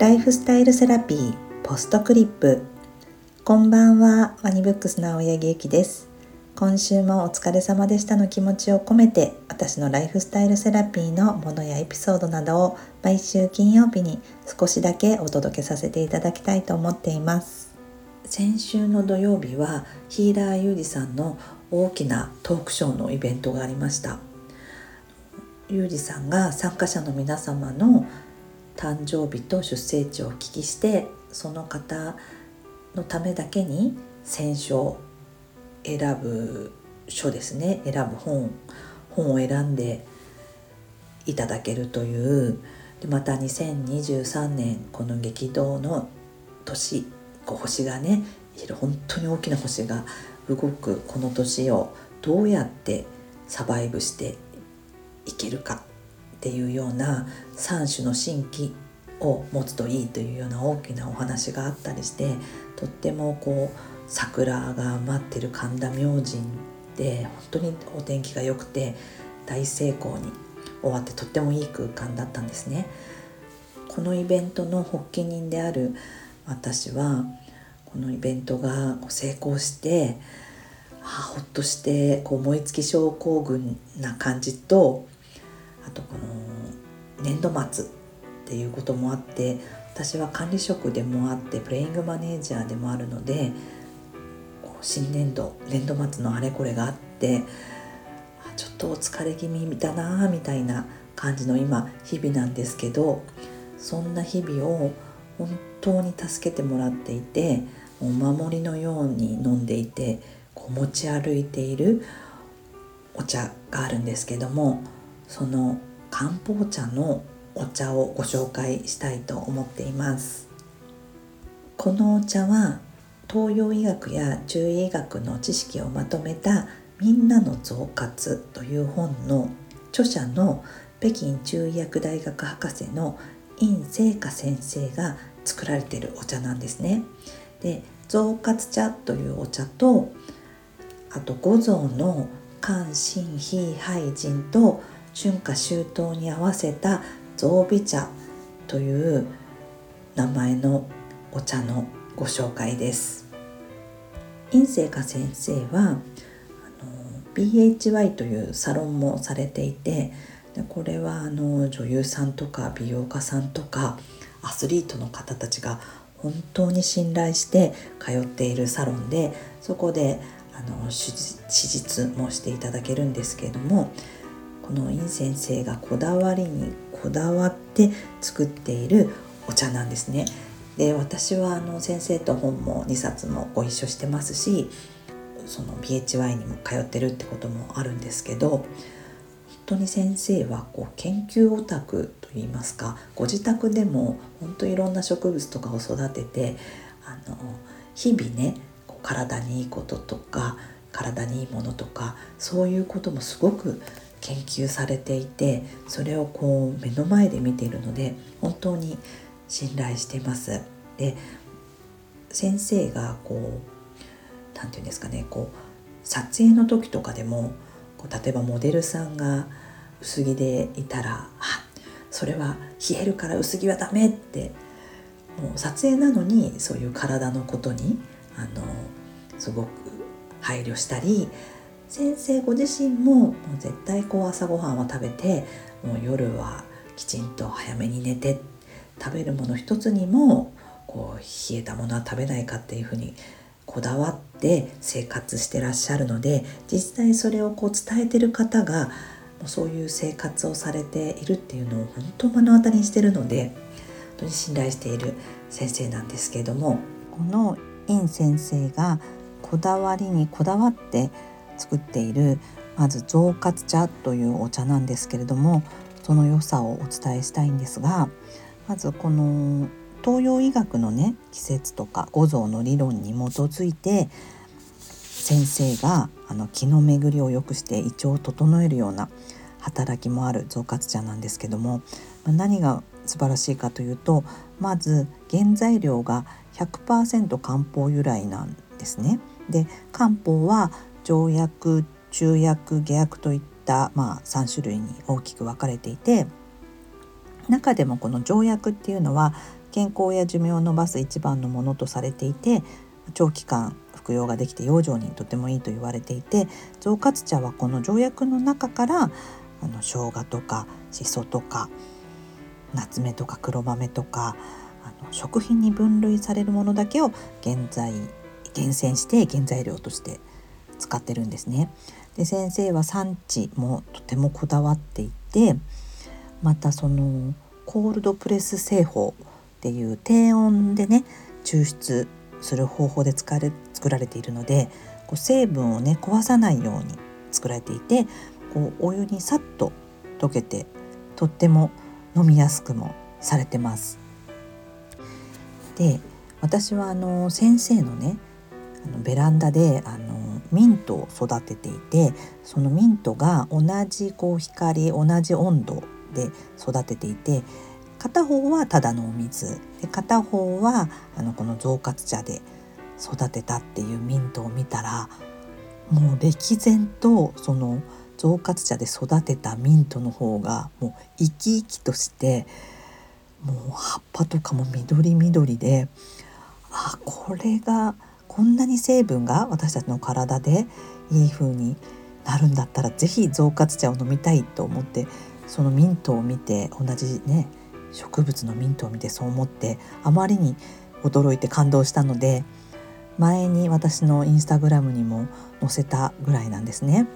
ライフスタイルセラピーポストクリップ。こんばんは、ワニブックスの青柳ゆきです。今週もお疲れ様でしたの気持ちを込めて、私のライフスタイルセラピーのものやエピソードなどを毎週金曜日に少しだけお届けさせていただきたいと思っています。先週の土曜日はヒーラーゆうじさんの大きなトークショーのイベントがありました。ゆうじさんが参加者の皆様の誕生日と出生地をお聞きして、その方のためだけに選書、選ぶ書ですね、選ぶ本を選んでいただけるという。でまた2023年この激動の年、星がね、本当に大きな星が動くこの年をどうやってサバイブしていけるかっていうような3種の神器を持つといいというような大きなお話があったりして、とっても桜が待ってる神田明神で本当にお天気が良くて大成功に終わって、とってもいい空間だったんですね。このイベントの発起人である私は、このイベントが成功してほっとして燃え尽き症候群な感じと、あとこの年度末っていうこともあって、私は管理職でもあってプレイングマネージャーでもあるので、新年度末のあれこれがあって、ちょっとお疲れ気味だなみたいな感じの今日々なんですけど、そんな日々を本当に助けてもらっていて、お守りのように飲んでいて持ち歩いているお茶があるんですけども、その漢方茶のお茶をご紹介したいと思っています。このお茶は東洋医学や中医学の知識をまとめたみんなの増活という本の著者の北京中医薬大学博士の尹聖華先生が作られているお茶なんですね。で、増活茶というお茶と、あと五臓の肝心脾肺腎と春夏秋冬に合わせた増美茶という名前のお茶のご紹介です。尹聖華先生はBHY というサロンもされていて、これは女優さんとか美容家さんとかアスリートの方たちが本当に信頼して通っているサロンで、そこで手術もしていただけるんですけれども、この尹先生がこだわりにこだわって作っているお茶なんですね。で、私は先生と本も2冊もご一緒してますし、その BHY にも通ってるってこともあるんですけど、本当に先生は研究オタクといいますか、ご自宅でも本当にいろんな植物とかを育てて、日々ね、体にいいこととか体にいいものとか、そういうこともすごく研究されていて、それを目の前で見ているので本当に信頼しています。で、先生がなんていうんですかね、撮影の時とかでも例えばモデルさんが薄着でいたら、それは冷えるから薄着はダメって、もう撮影なのにそういう体のことにすごく配慮したり、先生ご自身も絶対朝ごはんは食べて、もう夜はきちんと早めに寝て、食べるもの一つにも冷えたものは食べないかっていうふうにこだわって生活してらっしゃるので、実際それを伝えてる方がそういう生活をされているっていうのを本当目の当たりにしてるので、本当に信頼している先生なんですけれども、この尹先生がこだわりにこだわって作っている、まず増活茶というお茶なんですけれども、その良さをお伝えしたいんですが、まずこの東洋医学のね、季節とか五臓の理論に基づいて、先生が気の巡りを良くして胃腸を整えるような働きもある増活茶なんですけども、何が素晴らしいかというと、まず原材料が 100% 漢方由来なんですね。で、漢方は常薬、中薬、下薬といった、3種類に大きく分かれていて、中でもこの常薬っていうのは健康や寿命を延ばす一番のものとされていて、長期間服用ができて養生にとてもいいと言われていて、増活茶はこの条約の中から生姜とかしそとか夏目とか黒豆とか食品に分類されるものだけを厳選して原材料として使ってるんですね。で先生は産地もとてもこだわっていて、またそのコールドプレス製法っていう低温でね抽出する方法で作られているので、成分をね壊さないように作られていて、お湯にさっと溶けてとっても飲みやすくもされてます。で私は先生のねベランダでミントを育てていて、そのミントが同じ光同じ温度で育てていて、片方はただのお水で片方はこの増活茶で育てたっていうミントを見たら、もう歴然とその増活茶で育てたミントの方がもう生き生きとして、もう葉っぱとかも緑緑で、これがこんなに成分が私たちの体でいい風になるんだったら、ぜひ増活茶を飲みたいと思って、そのミントを見て、同じね植物のミントを見てそう思って、あまりに驚いて感動したので、前に私のインスタグラムにも載せたぐらいなんですね。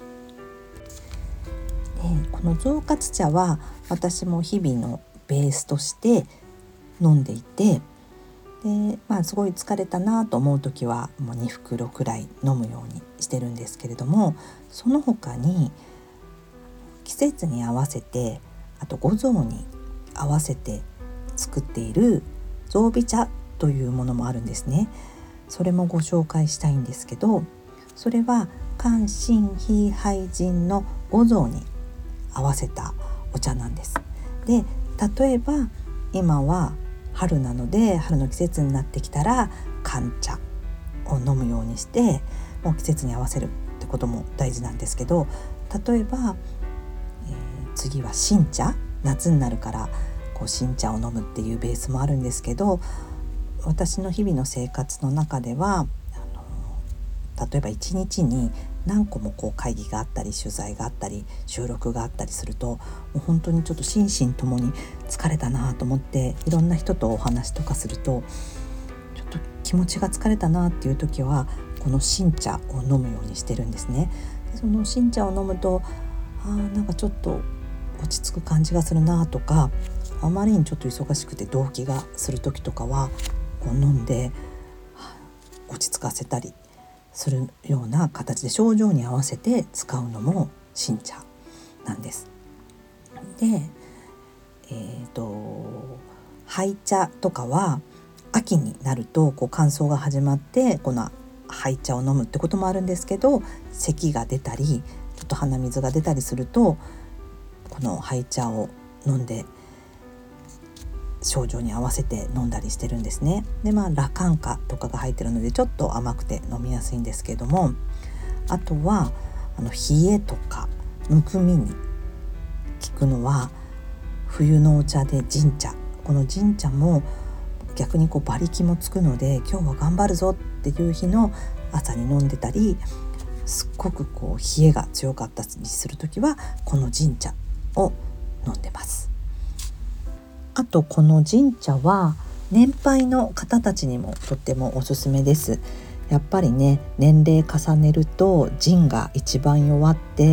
でこの増活茶は私も日々のベースとして飲んでいて、ですごい疲れたなと思う時はもう2袋くらい飲むようにしてるんですけれども、その他に季節に合わせて、あと五臓に合わせて作っている増美茶というものもあるんですね。それもご紹介したいんですけど、それは肝心脾肺腎の五臓に合わせたお茶なんです。で例えば今は春なので、春の季節になってきたら寒茶を飲むようにして、もう季節に合わせるってことも大事なんですけど、例えば、次は新茶、夏になるから新茶を飲むっていうベースもあるんですけど、私の日々の生活の中では例えば1日に何個も会議があったり取材があったり収録があったりすると、もう本当にちょっと心身ともに疲れたなと思って、いろんな人とお話とかすると、ちょっと気持ちが疲れたなっていう時はこの新茶を飲むようにしてるんですね。その新茶を飲むとなんかちょっと落ち着く感じがするなとか、あまりにちょっと忙しくて動悸がする時とかは飲んで落ち着かせたりするような形で症状に合わせて使うのも新茶なんです。で、灰茶とかは秋になると乾燥が始まって、この灰茶を飲むってこともあるんですけど、咳が出たりちょっと鼻水が出たりするとこの灰茶を飲んで症状に合わせて飲んだりしてるんですね。で羅漢果とかが入ってるのでちょっと甘くて飲みやすいんですけれども、あとは冷えとかむくみに効くのは冬のお茶で神茶。この神茶も逆に馬力もつくので、今日は頑張るぞっていう日の朝に飲んでたり、すっごく冷えが強かったりするときはこの神茶を飲んでます。あとこの神茶は年配の方たちにもとってもおすすめです。やっぱりね、年齢重ねると腎が一番弱って、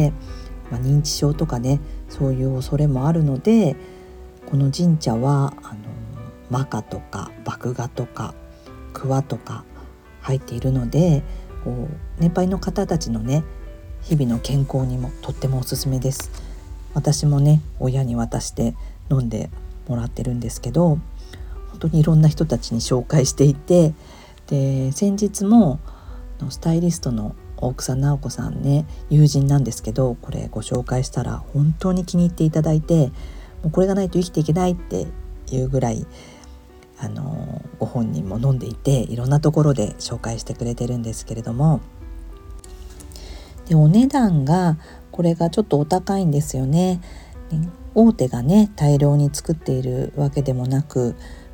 認知症とかね、そういう恐れもあるので、この神茶はマカとか麦芽とか桑とか入っているので、年配の方たちのね日々の健康にもとってもおすすめです。私もね親に渡して飲んでもらってるんですけど、本当にいろんな人たちに紹介していて、で先日もスタイリストの大草直子さんね、友人なんですけど、これご紹介したら本当に気に入っていただいて、もうこれがないと生きていけないっていうぐらいご本人も飲んでいて、いろんなところで紹介してくれてるんですけれども、でお値段がこれがちょっとお高いんですよね。大手がね大量に作っているわけでもなく、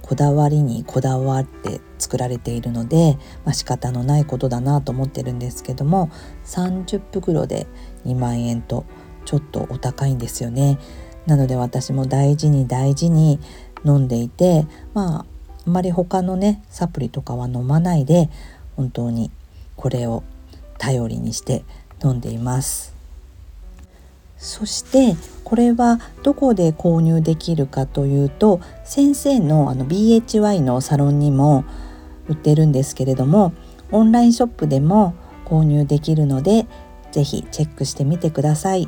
こだわりにこだわって作られているので、仕方のないことだなと思ってるんですけども、30袋で2万円とちょっとお高いんですよね。なので私も大事に飲んでいて、あまり他のねサプリとかは飲まないで、本当にこれを頼りにして飲んでいます。そしてこれはどこで購入できるかというと、先生のBHY のサロンにも売ってるんですけれども、オンラインショップでも購入できるので、ぜひチェックしてみてください。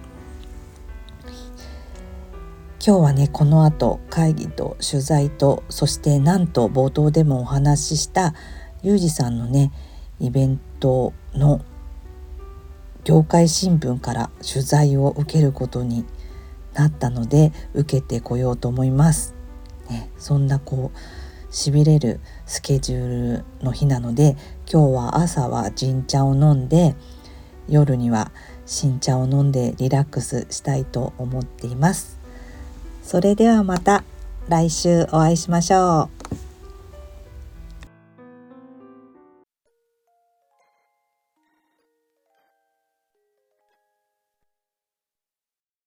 今日はね、この後会議と取材と、そしてなんと冒頭でもお話ししたゆうじさんのねイベントの業界新聞から取材を受けることになったので、受けてこようと思います、そんな痺れるスケジュールの日なので、今日は朝はジン茶を飲んで、夜には新茶を飲んでリラックスしたいと思っています。それではまた来週お会いしましょう。